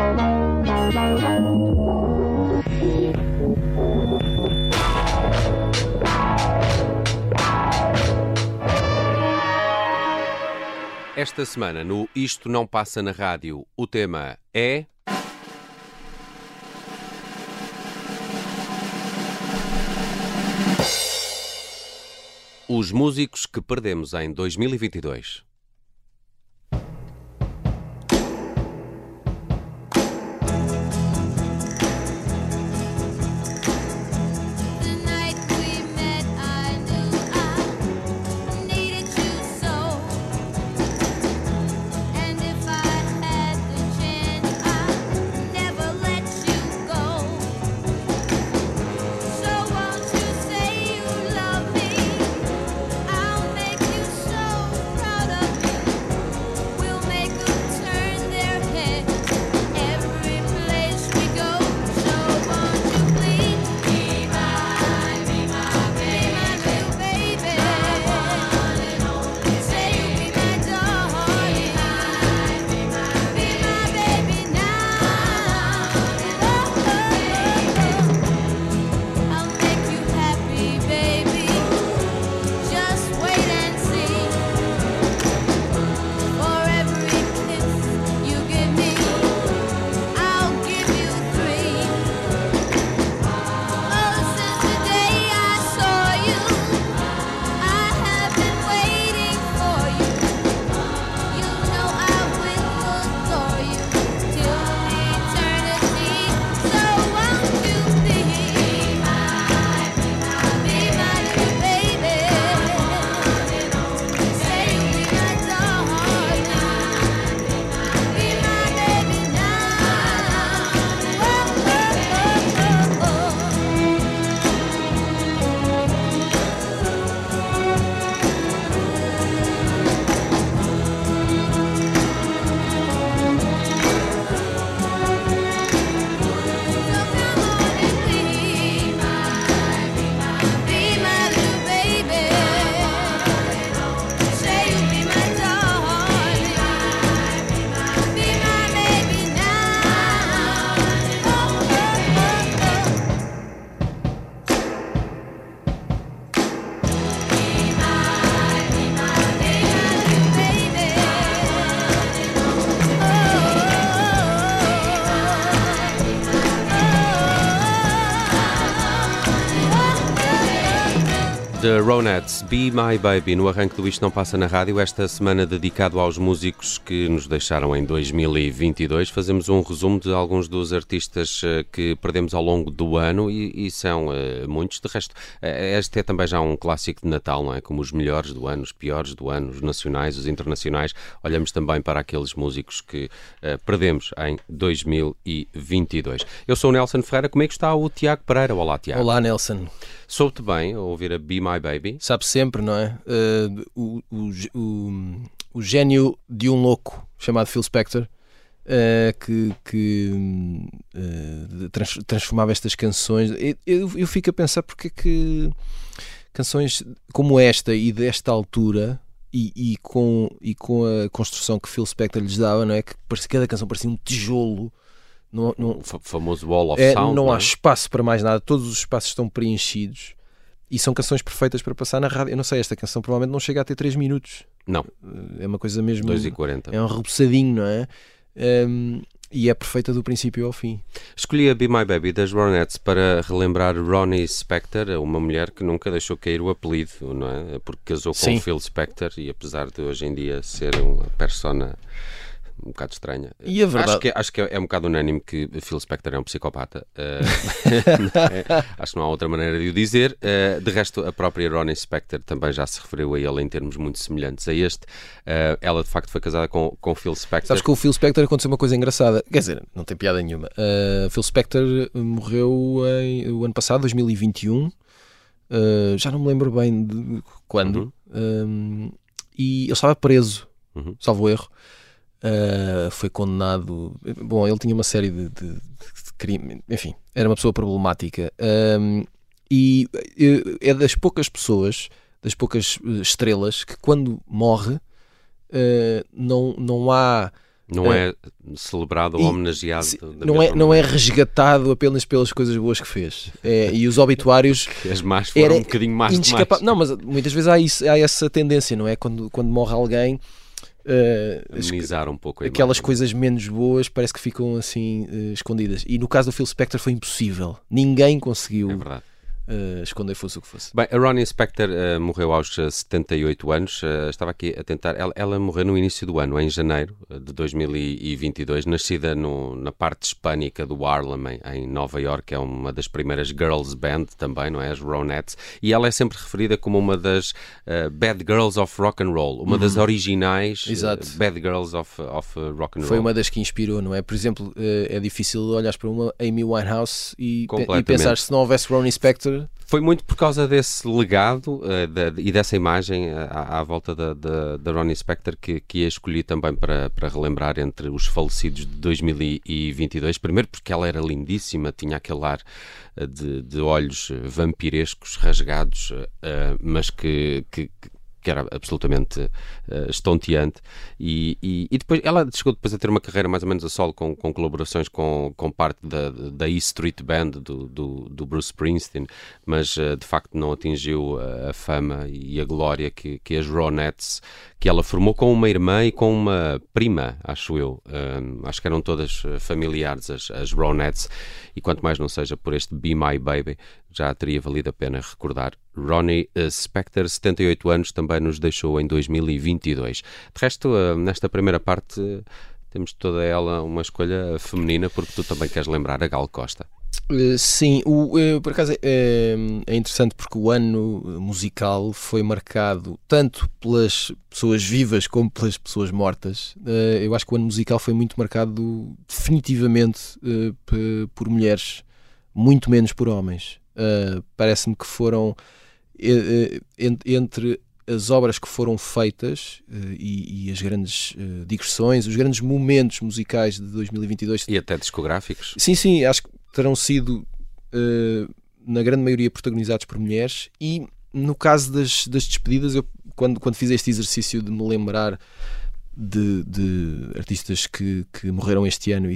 Esta semana, no Isto Não Passa na Rádio, o tema é... os músicos que perdemos em 2022. The Ronettes, Be My Baby, no arranque do Isto Não Passa na Rádio, esta semana dedicado aos músicos que nos deixaram em 2022. Fazemos um resumo de alguns dos artistas que perdemos ao longo do ano e são muitos. De resto, este é também já um clássico de Natal, não é? Como os melhores do ano, os piores do ano, os nacionais, os internacionais. Olhamos também para aqueles músicos que perdemos em 2022. Eu sou o Nelson Ferreira, como é que está o Tiago Pereira? Olá, Tiago. Olá, Nelson. Soube-te bem a ouvir a Be My Baby? Sabe sempre, não é? O gênio de um louco chamado Phil Spector que transformava estas canções. Eu fico a pensar porque é que canções como esta e desta altura e com a construção que Phil Spector lhes dava, não é? Que cada canção parecia um tijolo. O famoso Wall of Sound. Não há espaço para mais nada, todos os espaços estão preenchidos e são canções perfeitas para passar na rádio. Eu não sei, esta canção provavelmente não chega a ter 3 minutos. Não. É uma coisa mesmo. 2h40. É um repousadinho, não é? E é perfeita do princípio ao fim. Escolhi a Be My Baby das Ronettes para relembrar Ronnie Spector, uma mulher que nunca deixou cair o apelido, não é? Porque casou com Sim. o Phil Spector e apesar de hoje em dia ser uma persona um bocado estranha. E a verdade... Acho que é um bocado unânime que Phil Spector é um psicopata. Acho que não há outra maneira de o dizer. De resto, a própria Ronnie Spector também já se referiu a ele em termos muito semelhantes a este. Ela, de facto, foi casada com Phil Spector. Sabes que com o Phil Spector aconteceu uma coisa engraçada. Quer dizer, não tem piada nenhuma. Phil Spector morreu o ano passado, 2021. Já não me lembro bem de quando. E ele estava preso, salvo erro. Foi condenado. Bom, ele tinha uma série de crimes. Enfim, era uma pessoa problemática. E é das poucas pessoas, das poucas estrelas que quando morre não há Não é celebrado ou homenageado. Não é resgatado apenas pelas coisas boas que fez. E os obituários... As más foram um bocadinho mais demais. Não, mas muitas vezes há essa tendência, não é? Quando morre alguém... amenizar um pouco aquelas coisas menos boas parece que ficam assim escondidas. E no caso do Phil Spector foi impossível. Ninguém conseguiu... É verdade. Esconder fosse o que fosse. Bem, a Ronnie Spector morreu aos 78 anos. Estava aqui a tentar. Ela morreu no início do ano, em janeiro de 2022, nascida na parte hispânica do Harlem, em Nova York. É uma das primeiras girls band também, não é? As Ronettes. E ela é sempre referida como uma das bad girls of rock and roll, uma das originais bad girls of rock and roll. Foi uma das que inspirou, não é? Por exemplo, é difícil olhar para uma Amy Winehouse e pensar se não houvesse Ronnie Spector. Foi muito por causa desse legado e dessa imagem à volta da Ronnie Spector que a escolhi também para relembrar entre os falecidos de 2022. Primeiro porque ela era lindíssima, tinha aquele ar de olhos vampirescos, rasgados, mas que era absolutamente estonteante, e depois ela chegou depois a ter uma carreira mais ou menos a solo com colaborações com parte da E Street Band do Bruce Springsteen, mas de facto não atingiu a fama e a glória que as Ronettes, que ela formou com uma irmã e com uma prima, acho eu. Acho que eram todas familiares as Ronettes, e quanto mais não seja por este Be My Baby, já teria valido a pena recordar. Ronnie Spector, 78 anos, também nos deixou em 2022. De resto, nesta primeira parte, temos toda ela uma escolha feminina, porque tu também queres lembrar a Gal Costa. Sim, por acaso é interessante porque o ano musical foi marcado tanto pelas pessoas vivas como pelas pessoas mortas. Eu acho que o ano musical foi muito marcado definitivamente por mulheres, muito menos por homens. Parece-me que foram entre as obras que foram feitas e as grandes digressões, os grandes momentos musicais de 2022 e até discográficos. Sim, acho que terão sido na grande maioria protagonizados por mulheres. E no caso das despedidas, eu quando fiz este exercício de me lembrar de artistas que morreram este ano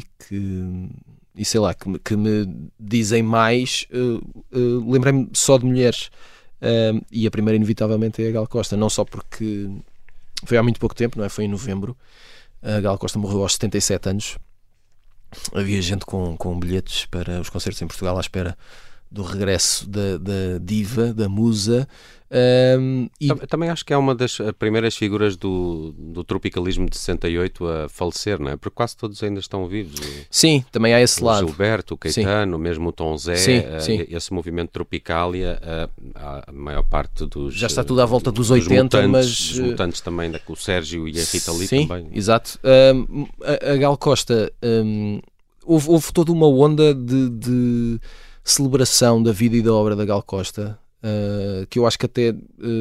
e sei lá, que me dizem mais, lembrei-me só de mulheres, e a primeira inevitavelmente é a Gal Costa, não só porque foi há muito pouco tempo, não é? Foi em novembro. A Gal Costa morreu aos 77 anos. Havia gente com bilhetes para os concertos em Portugal à espera do regresso da diva, da musa. Também acho que é uma das primeiras figuras do tropicalismo de 68 a falecer, não é? Porque quase todos ainda estão vivos. Sim, também há esse lado. O Gilberto, o Caetano, mesmo o Tom Zé, sim. Esse movimento Tropicália, a maior parte dos... Já está tudo à volta dos 80, mas... Os Mutantes também, o Sérgio e a Rita Lee também. Sim, exato. A Gal Costa, houve toda uma onda de celebração da vida e da obra da Gal Costa, que eu acho que até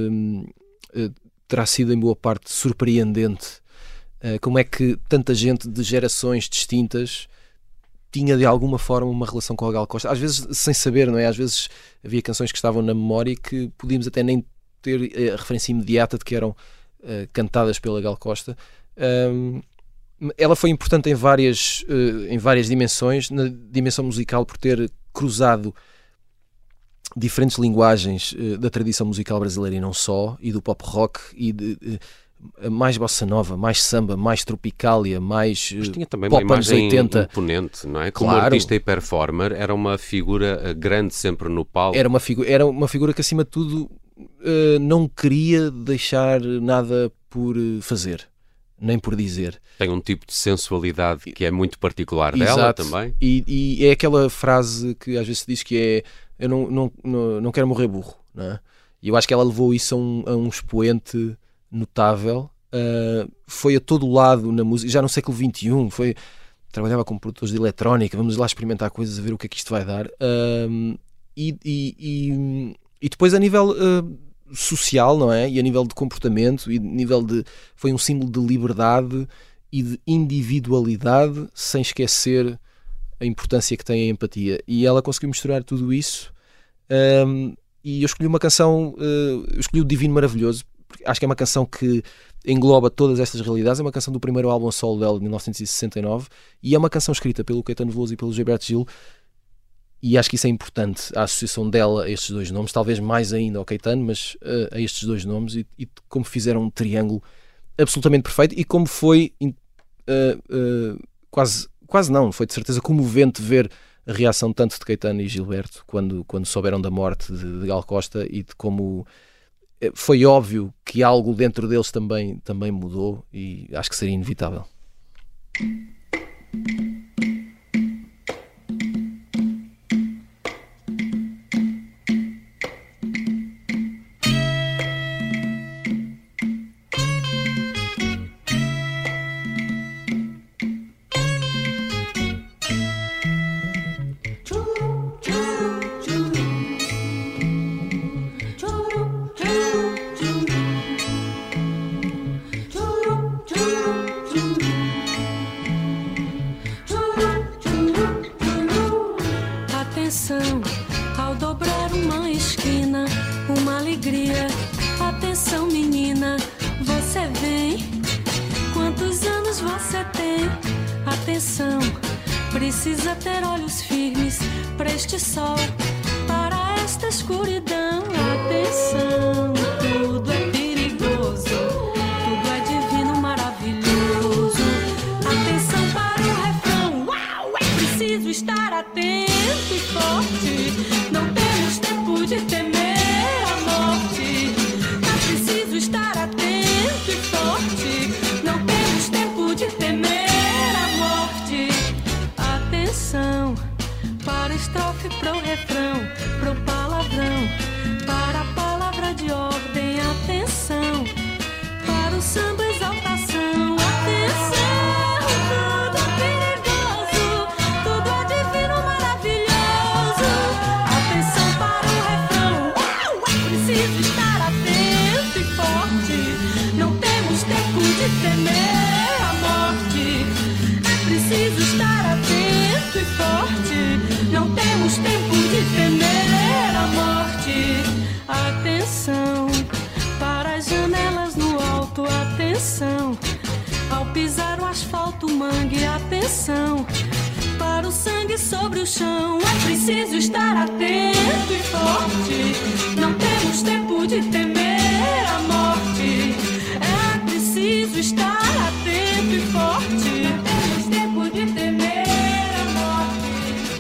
terá sido em boa parte surpreendente, como é que tanta gente de gerações distintas tinha de alguma forma uma relação com a Gal Costa, às vezes sem saber, não é? Às vezes havia canções que estavam na memória e que podíamos até nem ter a referência imediata de que eram cantadas pela Gal Costa. Ela foi importante em várias dimensões, na dimensão musical por ter cruzado diferentes linguagens da tradição musical brasileira e não só, e do pop rock, e de mais bossa nova, mais samba, mais tropicália, mais mas tinha também pop uma anos imagem 80. imponente, não é? Como Claro. artista e performer, era uma figura grande sempre no palco. Era uma figura que acima de tudo não queria deixar nada por fazer, nem por dizer. Tem um tipo de sensualidade que é muito particular dela. Exato. Também. E é aquela frase que às vezes se diz que é: eu não quero morrer burro, não é? E eu acho que ela levou isso a um expoente notável. Foi a todo lado na música, já no século XXI, trabalhava com produtores de eletrónica, vamos lá experimentar coisas, a ver o que é que isto vai dar. E depois a nível social, não é? E a nível de comportamento, e foi um símbolo de liberdade e de individualidade, sem esquecer a importância que tem a empatia. E ela conseguiu misturar tudo isso. E eu escolhi uma canção, eu escolhi o Divino Maravilhoso, porque acho que é uma canção que engloba todas estas realidades. É uma canção do primeiro álbum a solo dela, de 1969, e é uma canção escrita pelo Caetano Veloso e pelo Gilberto Gil, e acho que isso é importante, a associação dela a estes dois nomes, talvez mais ainda ao Caetano, mas a estes dois nomes, e como fizeram um triângulo absolutamente perfeito, e como foi quase não, foi de certeza comovente ver a reação tanto de Caetano e Gilberto quando souberam da morte de Gal Costa, e de como foi óbvio que algo dentro deles também mudou, e acho que seria inevitável. Ao dobrar uma esquina, uma alegria. Atenção, menina, você vem. Quantos anos você tem? Atenção, precisa ter olhos firmes para este sol, para esta escuridão. Atenção, tudo é perigoso, tudo é divino, maravilhoso. Atenção para o refrão. Uau, é preciso estar atento e forte. Não temos tempo de temer a morte. É preciso estar atento e forte. Não temos tempo de temer a morte. Atenção para a estrofe, pro refrão, pro palavrão, para a palavra de ordem. Atenção para o samba, exaltação. Atenção, tudo é perigoso, tudo é divino, maravilhoso. Atenção para o refrão. Uau, é preciso estar atento e forte. Não temos tempo de temer a morte. É preciso estar atento e forte. Não temos tempo de temer a morte. Atenção para as janelas no alto. Atenção ao pisar o asfalto, mangue. Atenção para o sangue sobre o chão. É preciso estar atento e forte. Não temos tempo de temer a morte. É preciso estar atento e forte. Não temos tempo de temer a morte.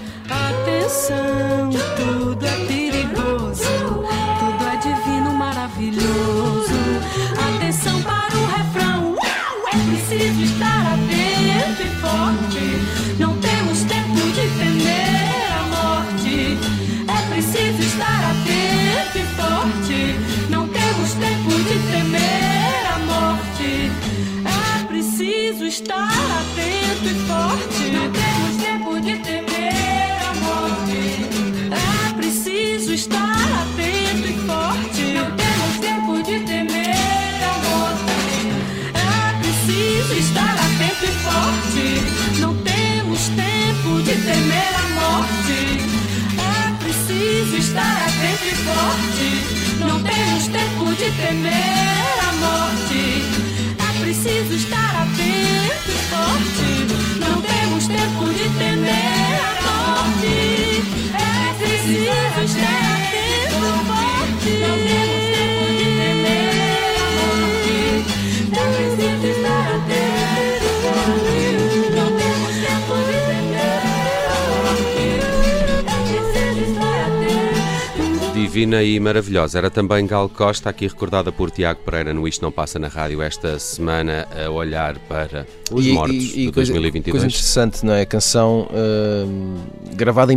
Atenção, tudo é perigoso, tudo é divino, maravilhoso. Atenção para o refrão. Uau, é preciso estar atento e forte. Não temos tempo de temer a morte. É preciso estar atento e forte. Não temos tempo de temer a morte. É preciso estar atento e forte. Não temos tempo de temer a morte. É preciso estar atento e forte. Não temos tempo de temer a morte. É preciso estar atento e forte. Não temos tempo de temer a morte. É preciso estar atento e forte. Não temos tempo de temer a morte. É preciso estar atento e forte. Não temos tempo de temer a morte. É preciso estar atento e forte. Não temos tempo de temer a morte. É preciso estar atento e forte. Não temos tempo de temer a morte. É preciso estar atento. Divina e maravilhosa. Era também Gal Costa, aqui recordada por Tiago Pereira no Isto Não Passa na Rádio esta semana, a olhar para os mortos de 2022. Coisa interessante, não é? A canção gravada em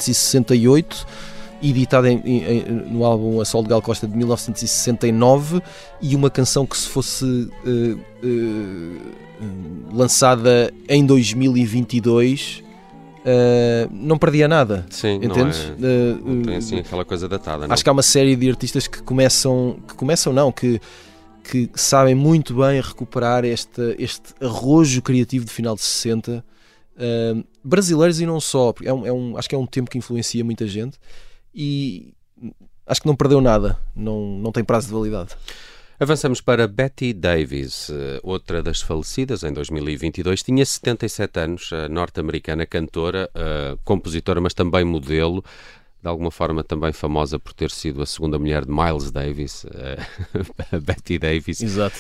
1968, editada no álbum A Solo de Gal Costa de 1969, e uma canção que, se fosse lançada em 2022, não perdia nada. Sim, entendes? Não tem assim aquela coisa datada, não? Acho que há uma série de artistas que sabem muito bem recuperar este arrojo criativo de final de 60, brasileiros e não só, porque acho que é um tempo que influencia muita gente, e acho que não perdeu nada, não tem prazo de validade. Avançamos para Betty Davis, outra das falecidas em 2022. Tinha 77 anos, a norte-americana cantora, compositora, mas também modelo. De alguma forma também famosa por ter sido a segunda mulher de Miles Davis, a Betty Davis. Exato.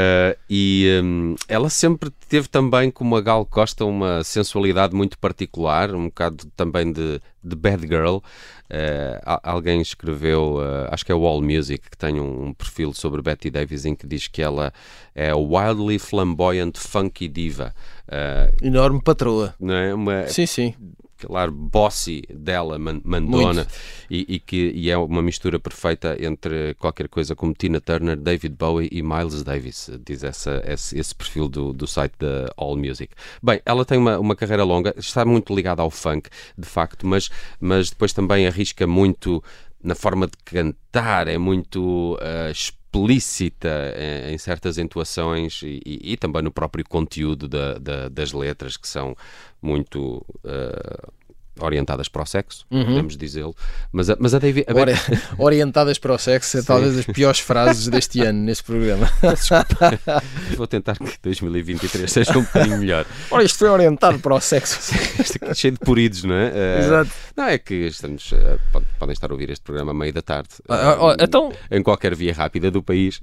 Ela sempre teve também, como a Gal Costa, uma sensualidade muito particular, um bocado também de bad girl. Alguém escreveu, acho que é o All Music, que tem um perfil sobre Betty Davis em que diz que ela é a wildly flamboyant funky diva. Enorme patroa. Não é? Sim. Claro, bossy dela, mandona, e é uma mistura perfeita entre qualquer coisa como Tina Turner, David Bowie e Miles Davis, diz esse perfil do site da All Music. Bem, ela tem uma carreira longa, está muito ligada ao funk, de facto, mas depois também arrisca muito na forma de cantar, é muito explícita em certas entoações e também no próprio conteúdo das letras, que são muito orientadas para o sexo, podemos dizê-lo. Mas a Betty... Orientadas para o sexo é talvez das piores frases deste ano neste programa. Desculpa. Vou tentar que 2023 seja um bocadinho melhor. Ora, isto foi orientado para o sexo. Isto aqui é cheio de puridos, não é? Exato. Não, é que estamos... podem estar a ouvir este programa à meia da tarde. Então... Em qualquer via rápida do país.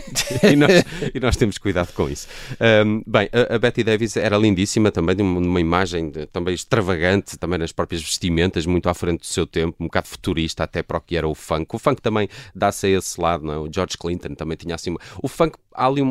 e nós temos cuidado com isso. Bem, a Betty Davis era lindíssima também, de uma imagem também extravagante, também nas próprias vestimentas, muito à frente do seu tempo, um bocado futurista até para o que era o funk. O funk também dá-se a esse lado, não é? O George Clinton também tinha assim... O funk, há ali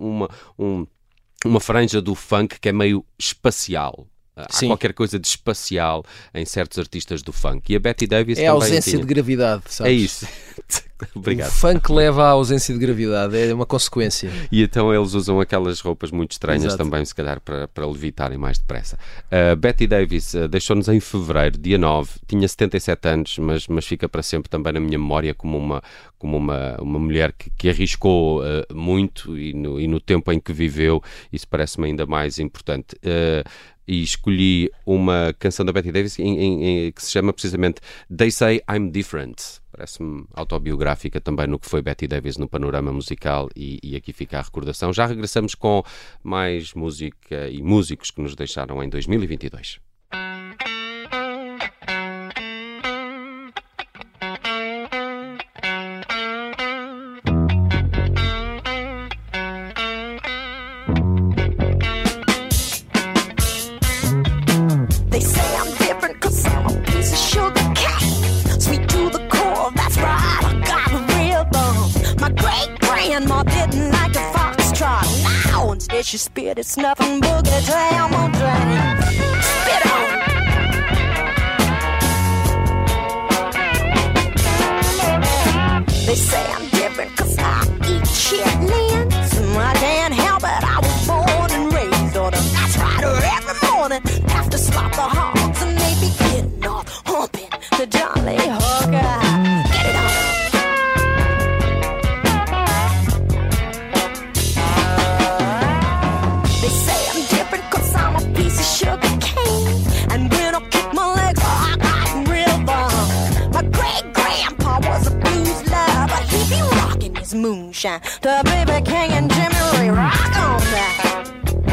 uma franja do funk que é meio espacial. Há qualquer coisa de espacial em certos artistas do funk. E a Betty Davis também a ausência de gravidade, sabes? É isso. Obrigado. O funk leva à ausência de gravidade, é uma consequência. E então eles usam aquelas roupas muito estranhas. Exato. Também, se calhar, para levitarem mais depressa. Betty Davis deixou-nos em fevereiro, dia 9, tinha 77 anos, mas fica para sempre também na minha memória como uma mulher que arriscou muito e no tempo em que viveu, isso parece-me ainda mais importante. E escolhi uma canção da Betty Davis que se chama precisamente They Say I'm Different. Parece-me autobiográfica também no que foi Betty Davis no panorama musical e aqui fica a recordação. Já regressamos com mais música e músicos que nos deixaram em 2022. She spit, it's nothing boogie down on drain. Spit on. They say I'm different 'cause I eat chitlins. I can't help it, I was born and raised on them. That's right, every morning after slop the hogs and maybe getting off humping the Jolly Hooker. Get it on. Sugar cane, and when I kick my legs, I got real bum. My great grandpa was a blues lover, but he be rocking his moonshine to Baby King and Jimmy Ray. Rock on that.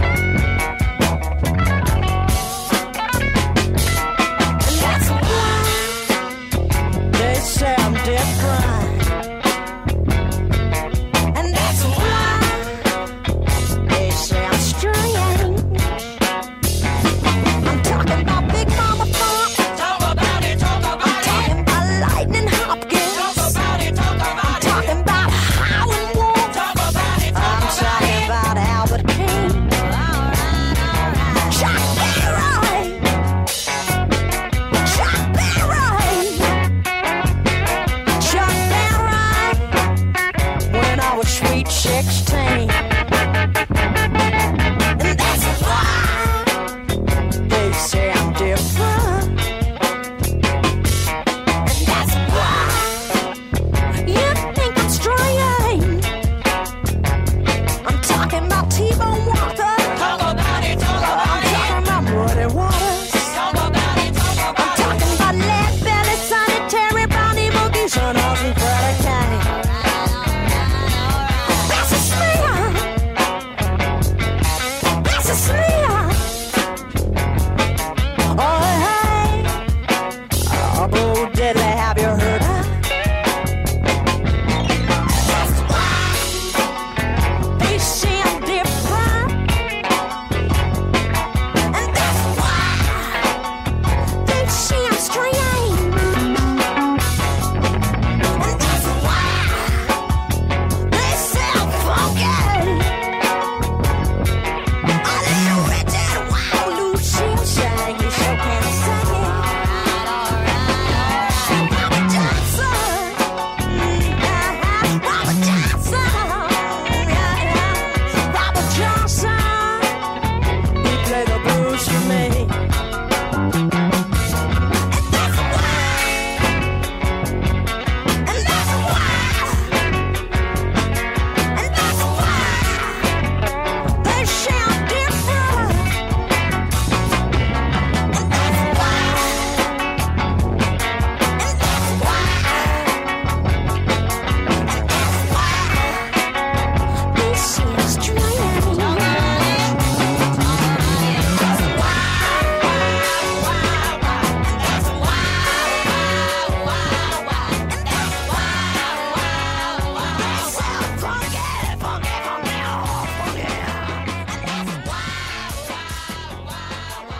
And that's why they say I'm different. And that's why they say I'm strange. King.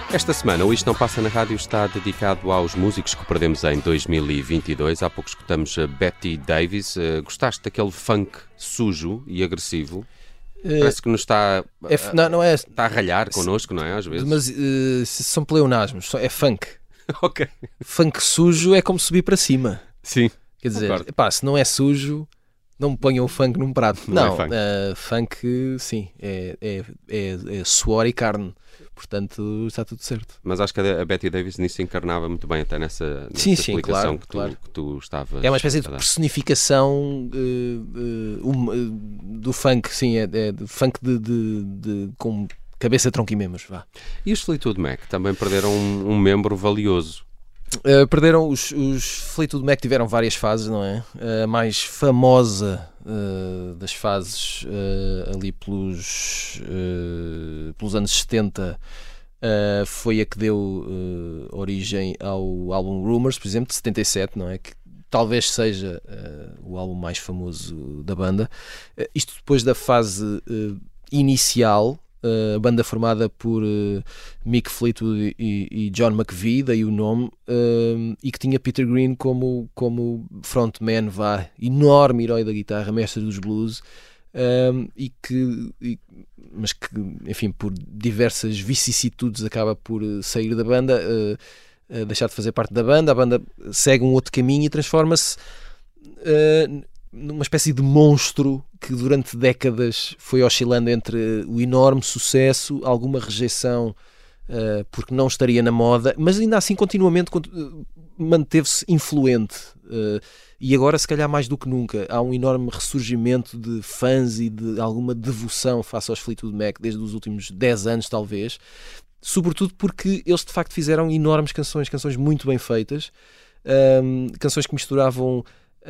Esta semana, o Isto Não Passa na Rádio está dedicado aos músicos que perdemos em 2022. Há pouco escutamos a Betty Davis. Gostaste daquele funk sujo e agressivo? Parece que nos está, não é, está a ralhar connosco, não é? Às vezes. Mas são pleonasmos, é funk. Ok. Funk sujo é como subir para cima. Sim. Quer dizer, se não é sujo, não me ponham o funk num prato. Não, é funk, sim, é suor e carne. Portanto, está tudo certo. Mas acho que a Betty Davis nisso encarnava muito bem, até nessa explicação que tu estavas. É uma espécie de personificação do funk, sim, é funk com cabeça, tronco e membros. Vá. E os Fleetwood Mac também perderam um membro valioso. Perderam os Fleetwood Mac, tiveram várias fases, não é? A mais famosa das fases ali pelos anos 70 foi a que deu origem ao álbum Rumours, por exemplo, de 77, não é? Que talvez seja o álbum mais famoso da banda. Isto depois da fase inicial, a banda formada por Mick Fleetwood e John McVie, daí o nome, e que tinha Peter Green como frontman, enorme herói da guitarra, mestre dos blues, mas que, enfim, por diversas vicissitudes acaba por sair da banda, deixar de fazer parte da banda. A banda segue um outro caminho e transforma-se numa espécie de monstro que durante décadas foi oscilando entre o enorme sucesso, alguma rejeição porque não estaria na moda, mas ainda assim continuamente manteve-se influente, e agora se calhar mais do que nunca há um enorme ressurgimento de fãs e de alguma devoção face aos Fleetwood Mac desde os últimos 10 anos talvez, sobretudo porque eles de facto fizeram enormes canções muito bem feitas, canções que misturavam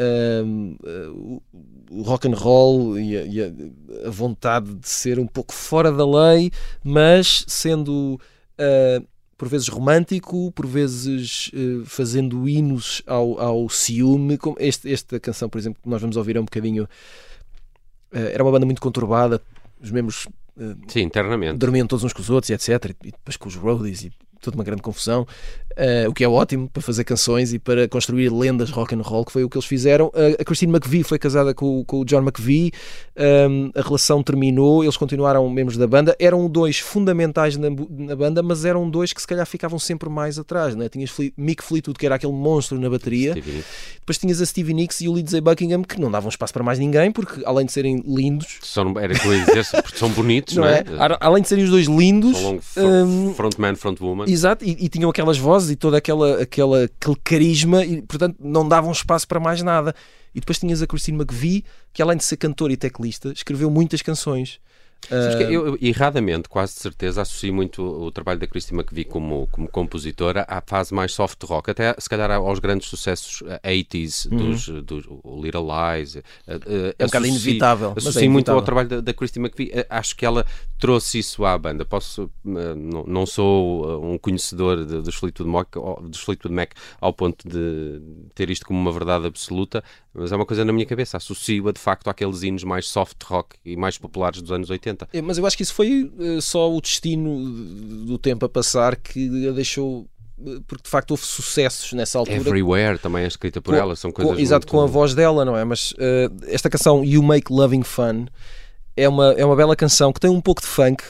o rock and roll e a vontade de ser um pouco fora da lei, mas sendo por vezes romântico, por vezes fazendo hinos ao ciúme, como esta canção, por exemplo, que nós vamos ouvir um bocadinho. Era uma banda muito conturbada, os membros sim, internamente dormiam todos uns com os outros e etc, e depois com os roadies e toda uma grande confusão, o que é ótimo para fazer canções e para construir lendas rock and roll, que foi o que eles fizeram. A Christine McVie foi casada com o John McVie, a relação terminou, eles continuaram membros da banda, eram dois fundamentais na banda, mas eram dois que se calhar ficavam sempre mais atrás, né? Tinhas Mick Fleetwood, que era aquele monstro na bateria, depois tinhas a Stevie Nicks e o Lindsey Buckingham, que não davam espaço para mais ninguém, porque além de serem lindos, era que eu ia dizer, porque são bonitos, não é? Além de serem os dois lindos, frontman, frontwoman. Exato, e tinham aquelas vozes e todo aquele carisma, e portanto não davam espaço para mais nada. E depois tinhas a Christine McVie, que além de ser cantora e teclista, escreveu muitas canções. Eu erradamente, quase de certeza, associo muito o trabalho da Christine McVie como compositora à fase mais soft rock, até se calhar aos grandes sucessos 80s, dos Little Lies. É um bocado inevitável. Associo muito ao trabalho da Christine McVie. Acho que ela trouxe isso à banda. Não sou um conhecedor dos Fleetwood Mac ao ponto de ter isto como uma verdade absoluta, mas é uma coisa na minha cabeça. Associo-a de facto àqueles hinos mais soft rock e mais populares dos anos 80. Mas eu acho que isso foi só o destino do tempo a passar que a deixou, porque de facto houve sucessos nessa altura. Everywhere também é escrita por ela, são coisas exato, com a voz dela, não é? Mas esta canção You Make Loving Fun é uma bela canção que tem um pouco de funk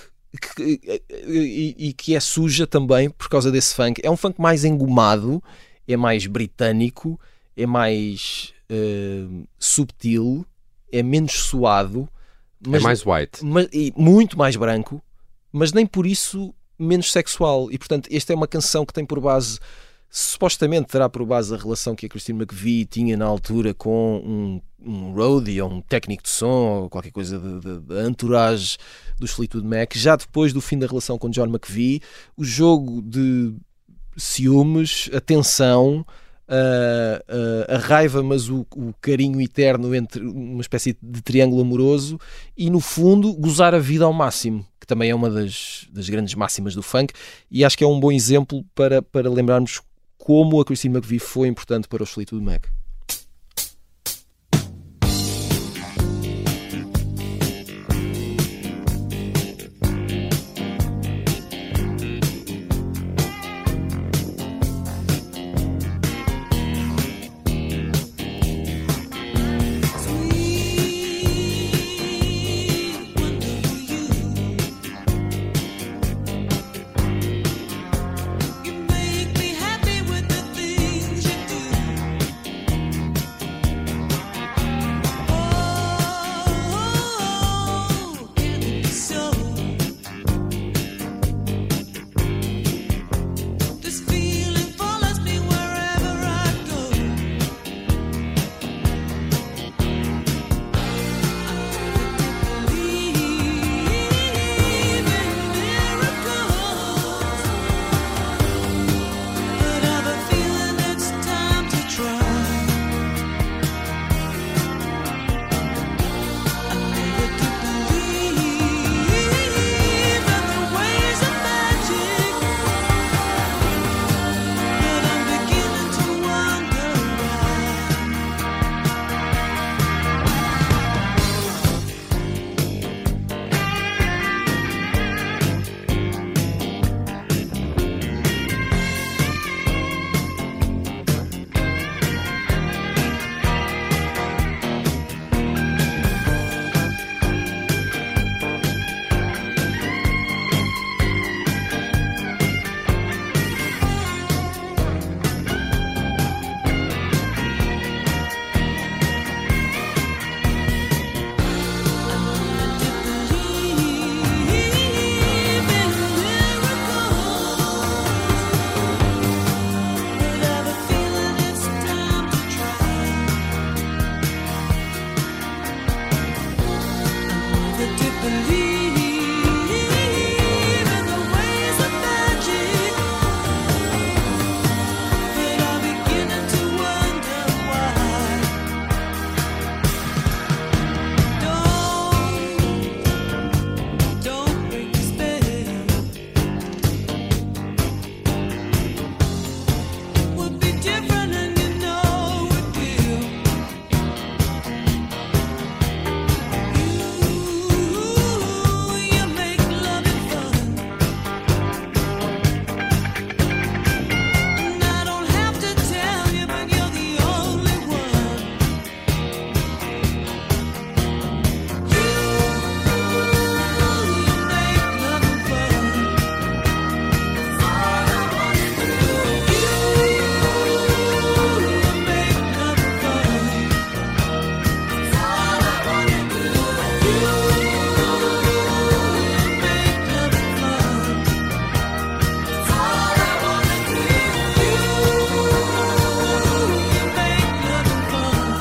e que é suja também por causa desse funk. É um funk mais engomado, é mais britânico, é mais subtil, é menos suado, mas, é mais white, e muito mais branco, mas nem por isso menos sexual. E portanto esta é uma canção que tem por base, supostamente terá por base a relação que a Christine McVie tinha na altura com um roadie ou um técnico de som ou qualquer coisa da entourage dos Fleetwood Mac. Já depois do fim da relação com John McVie, o jogo de ciúmes, a tensão, a raiva, mas o carinho eterno entre uma espécie de triângulo amoroso e no fundo gozar a vida ao máximo, que também é uma das grandes máximas do funk, e acho que é um bom exemplo para lembrarmos como a Christine McVie foi importante para os Fleetwood Mac.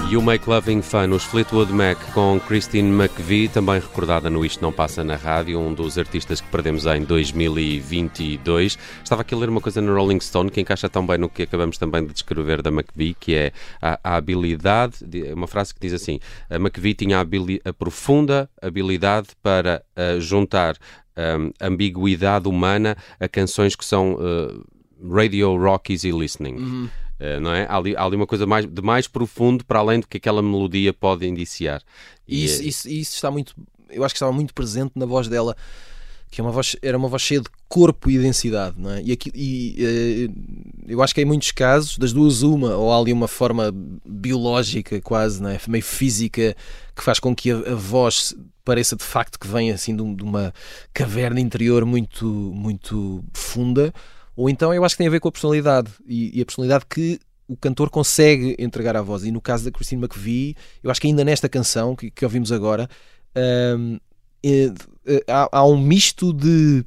You Make Loving Fun, os Fleetwood Mac com Christine McVie, também recordada no Isto Não Passa na Rádio, um dos artistas que perdemos em 2022. Estava aqui a ler uma coisa no Rolling Stone que encaixa tão bem no que acabamos também de descrever da McVie, que é a habilidade, uma frase que diz assim: a McVie tinha a profunda habilidade para juntar ambiguidade humana a canções que são radio rock easy listening. Não é? Há ali uma coisa de mais profundo para além do que aquela melodia pode indiciar. Isso está muito, eu acho que estava muito presente na voz dela, que era uma voz cheia de corpo e densidade, não é? Eu acho que em muitos casos, das duas uma, ou há ali uma forma biológica quase, não é? Meio física, que faz com que a voz pareça de facto que vem assim de uma caverna interior muito, muito funda. Ou então eu acho que tem a ver com a personalidade e a personalidade que o cantor consegue entregar à voz. E no caso da Christine McVie, eu acho que ainda nesta canção que ouvimos agora, há um misto de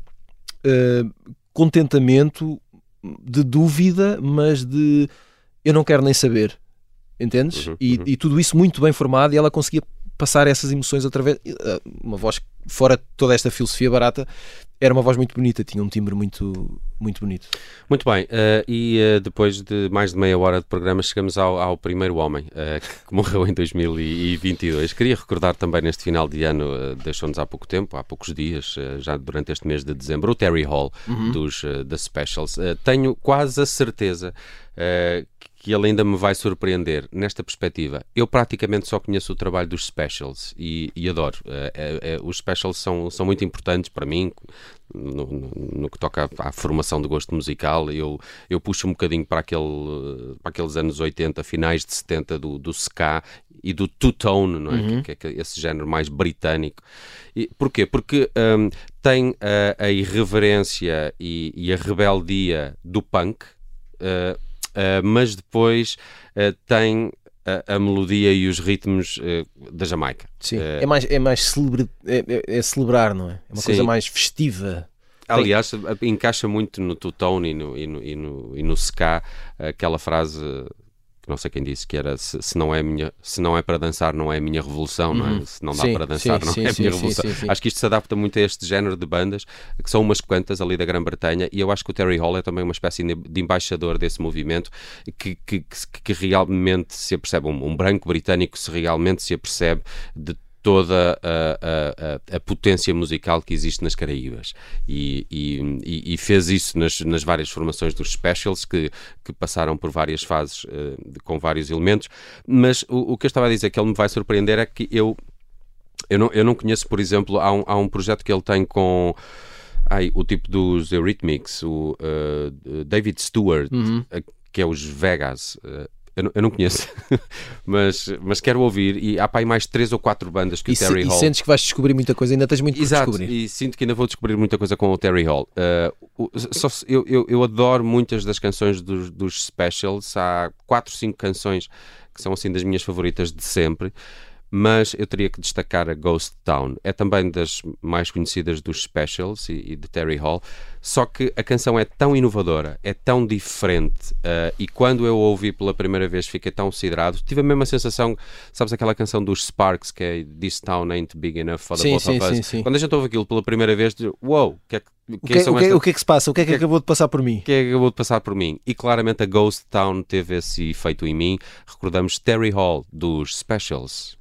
contentamento, de dúvida, mas de eu não quero nem saber. Entendes? E tudo isso muito bem formado, e ela conseguia passar essas emoções através... Uma voz fora de toda esta filosofia barata, era uma voz muito bonita, tinha um timbre muito, muito bonito. Muito bem, depois de mais de meia hora de programa chegamos ao primeiro homem que morreu em 2022. Queria recordar também neste final de ano, deixou-nos há pouco tempo, há poucos dias, já durante este mês de dezembro, o Terry Hall dos The Specials. Tenho quase a certeza que ele ainda me vai surpreender nesta perspectiva. Eu praticamente só conheço o trabalho dos Specials e adoro. Os Specials são muito importantes para mim no que toca à formação do gosto musical. Eu puxo um bocadinho para aqueles anos 80, finais de 70 do ska e do two-tone, não é? Que é esse género mais britânico. Porquê? Porque tem a irreverência e a rebeldia do punk, mas depois tem a melodia e os ritmos da Jamaica. Sim, é mais celebrar, não é? É uma coisa mais festiva. Aliás, encaixa muito no two-tone e no ska aquela frase que não sei quem disse, que era se não é para dançar, não é a minha revolução, não é? Se não dá para dançar, não é a minha revolução. Sim. Acho que isto se adapta muito a este género de bandas, que são umas quantas ali da Grã-Bretanha, e eu acho que o Terry Hall é também uma espécie de embaixador desse movimento, que realmente se apercebe, um branco britânico se realmente se apercebe de toda a potência musical que existe nas Caraíbas, e fez isso nas várias formações dos Specials que passaram por várias fases com vários elementos. Mas o que eu estava a dizer que ele me vai surpreender é que eu não conheço, por exemplo, há um projeto que ele tem com o tipo dos Eurythmics, o David Stewart, que é os Vegas. Eu não conheço, mas quero ouvir, e há para aí mais 3 ou 4 bandas que o Terry Hall... E sentes que vais descobrir muita coisa, ainda tens muito por descobrir. E sinto que ainda vou descobrir muita coisa com o Terry Hall. Eu adoro muitas das canções dos Specials, há 4, 5 canções que são assim das minhas favoritas de sempre, mas eu teria que destacar a Ghost Town. É também das mais conhecidas dos Specials e de Terry Hall, só que a canção é tão inovadora, é tão diferente, e quando eu a ouvi pela primeira vez fiquei tão siderado. Tive a mesma sensação, sabes aquela canção dos Sparks, que é This Town Ain't Big Enough for the Both of Us? Sim. Quando a gente ouve aquilo pela primeira vez, uou, o que é que se passa? O que é que acabou de passar por mim? O que é que acabou de passar por mim? E claramente a Ghost Town teve esse efeito em mim. Recordamos Terry Hall dos Specials.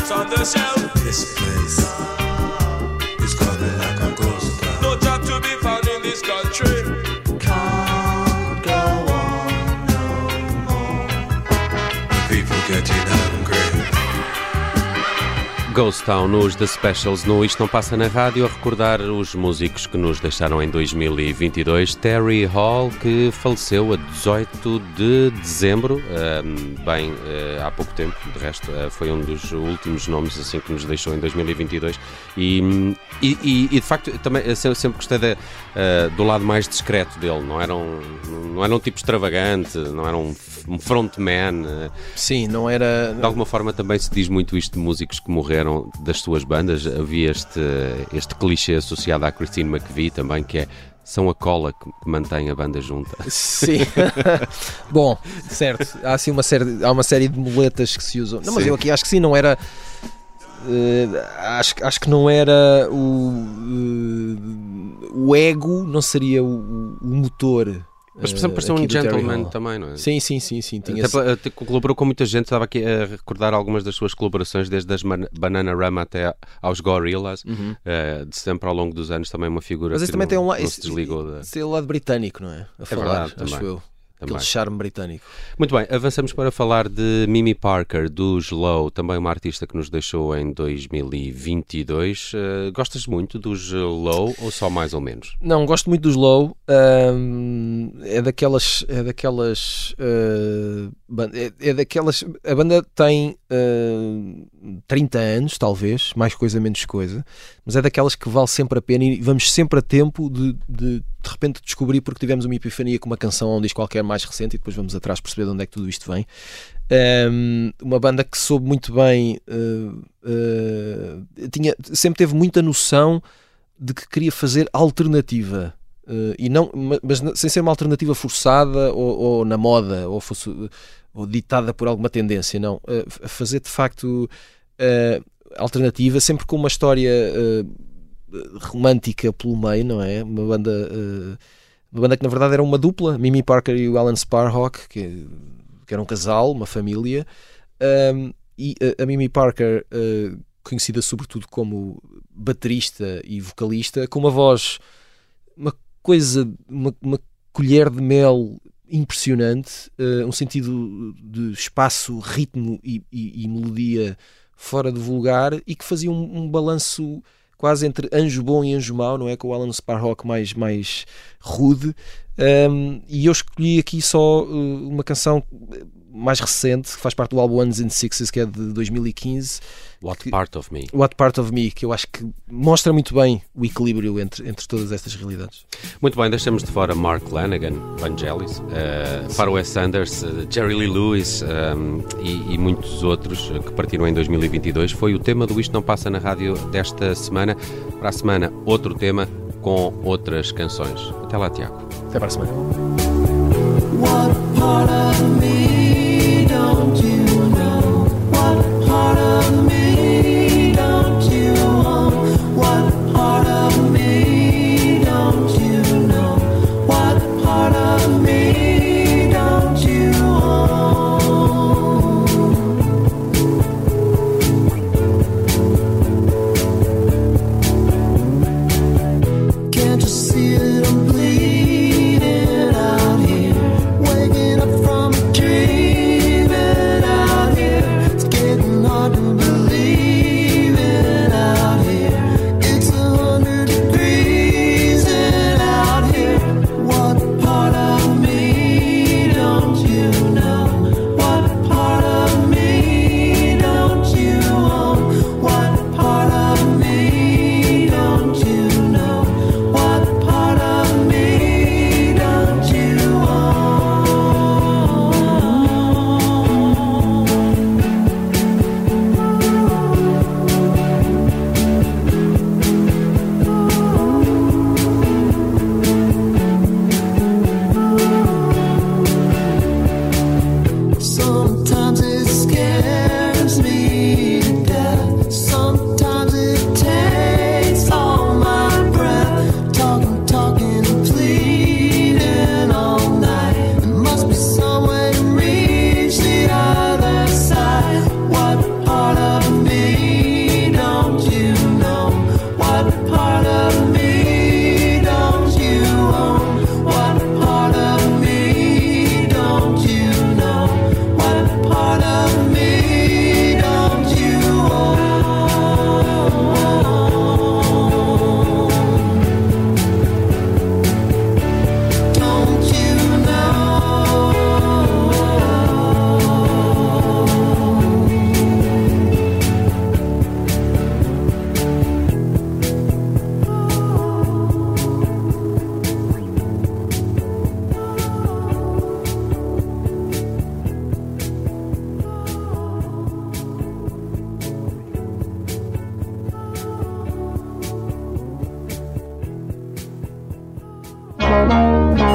it's on the shelf. This place is coming like a ghost town. No job to be found in this country. Can't go on no more. People getting hungry. Ghost Town, nos The Specials, no Isto Não Passa na Rádio, a recordar os músicos que nos deixaram em 2022. Terry Hall, que faleceu a 18 de dezembro, há pouco tempo, de resto, foi um dos últimos nomes assim que nos deixou em 2022 e de facto também sempre gostei do lado mais discreto dele, não era um tipo extravagante, não era um frontman. Sim, não era... De alguma forma também se diz muito isto de músicos que morreram das suas bandas. Havia este clichê associado à Christine McVie também, que é: são a cola que mantém a banda junta. Sim. Bom, certo. Há assim uma série de muletas que se usam. Não, mas Sim. eu aqui acho que sim, não era... acho que não era o ego, não seria o motor. Mas parecia um gentleman também, não é? Sim. Tinha Até colaborou com muita gente, estava aqui a recordar algumas das suas colaborações, desde as Bananarama até aos Gorillaz, de sempre ao longo dos anos, também uma figura. Mas esse que também tem um lado. não se desligou. Esse é o lado britânico, não é? A falar, verdade, acho também. eu. Também. Aquele charme britânico. Muito bem, avançamos para falar de Mimi Parker, dos Low, também uma artista que nos deixou em 2022. Gostas muito dos Low ou só mais ou menos? Não, gosto muito dos Low. É daquelas. A banda tem 30 anos, talvez, mais coisa, menos coisa, mas é daquelas que vale sempre a pena e vamos sempre a tempo de repente descobrir, porque tivemos uma epifania com uma canção ou um disco qualquer mais recente e depois vamos atrás perceber de onde é que tudo isto vem. Uma banda que soube muito bem, sempre teve muita noção de que queria fazer alternativa. E não, mas sem ser uma alternativa forçada ou na moda ou ditada por alguma tendência, não. A fazer de facto alternativa, sempre com uma história romântica pelo meio, não é? Uma banda que na verdade era uma dupla, Mimi Parker e o Alan Sparhawk, que era um casal, uma família, e a Mimi Parker, conhecida sobretudo como baterista e vocalista, com uma voz, uma colher de mel impressionante, um sentido de espaço, ritmo e melodia fora do vulgar, e que fazia um balanço quase entre anjo bom e anjo mau, não é? Com o Alan Sparhawk mais rude. E eu escolhi aqui só uma canção mais recente, que faz parte do álbum Ones and Sixes, que é de 2015. What Part of Me? What Part of Me, que eu acho que mostra muito bem o equilíbrio entre todas estas realidades. Muito bem, deixamos de fora Mark Lanegan, Vangelis, para Wes Sanders, Jerry Lee Lewis e muitos outros que partiram em 2022. Foi o tema do Isto Não Passa na Rádio desta semana. Para a semana, outro tema com outras canções. Até lá, Tiago. Até para a semana. What part of me don't you know? What part of me don't you want? What part of me don't you know? What part of me don't you want? Can't you see it? I'm bleeding out here, waking up from a dream, and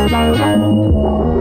Bye.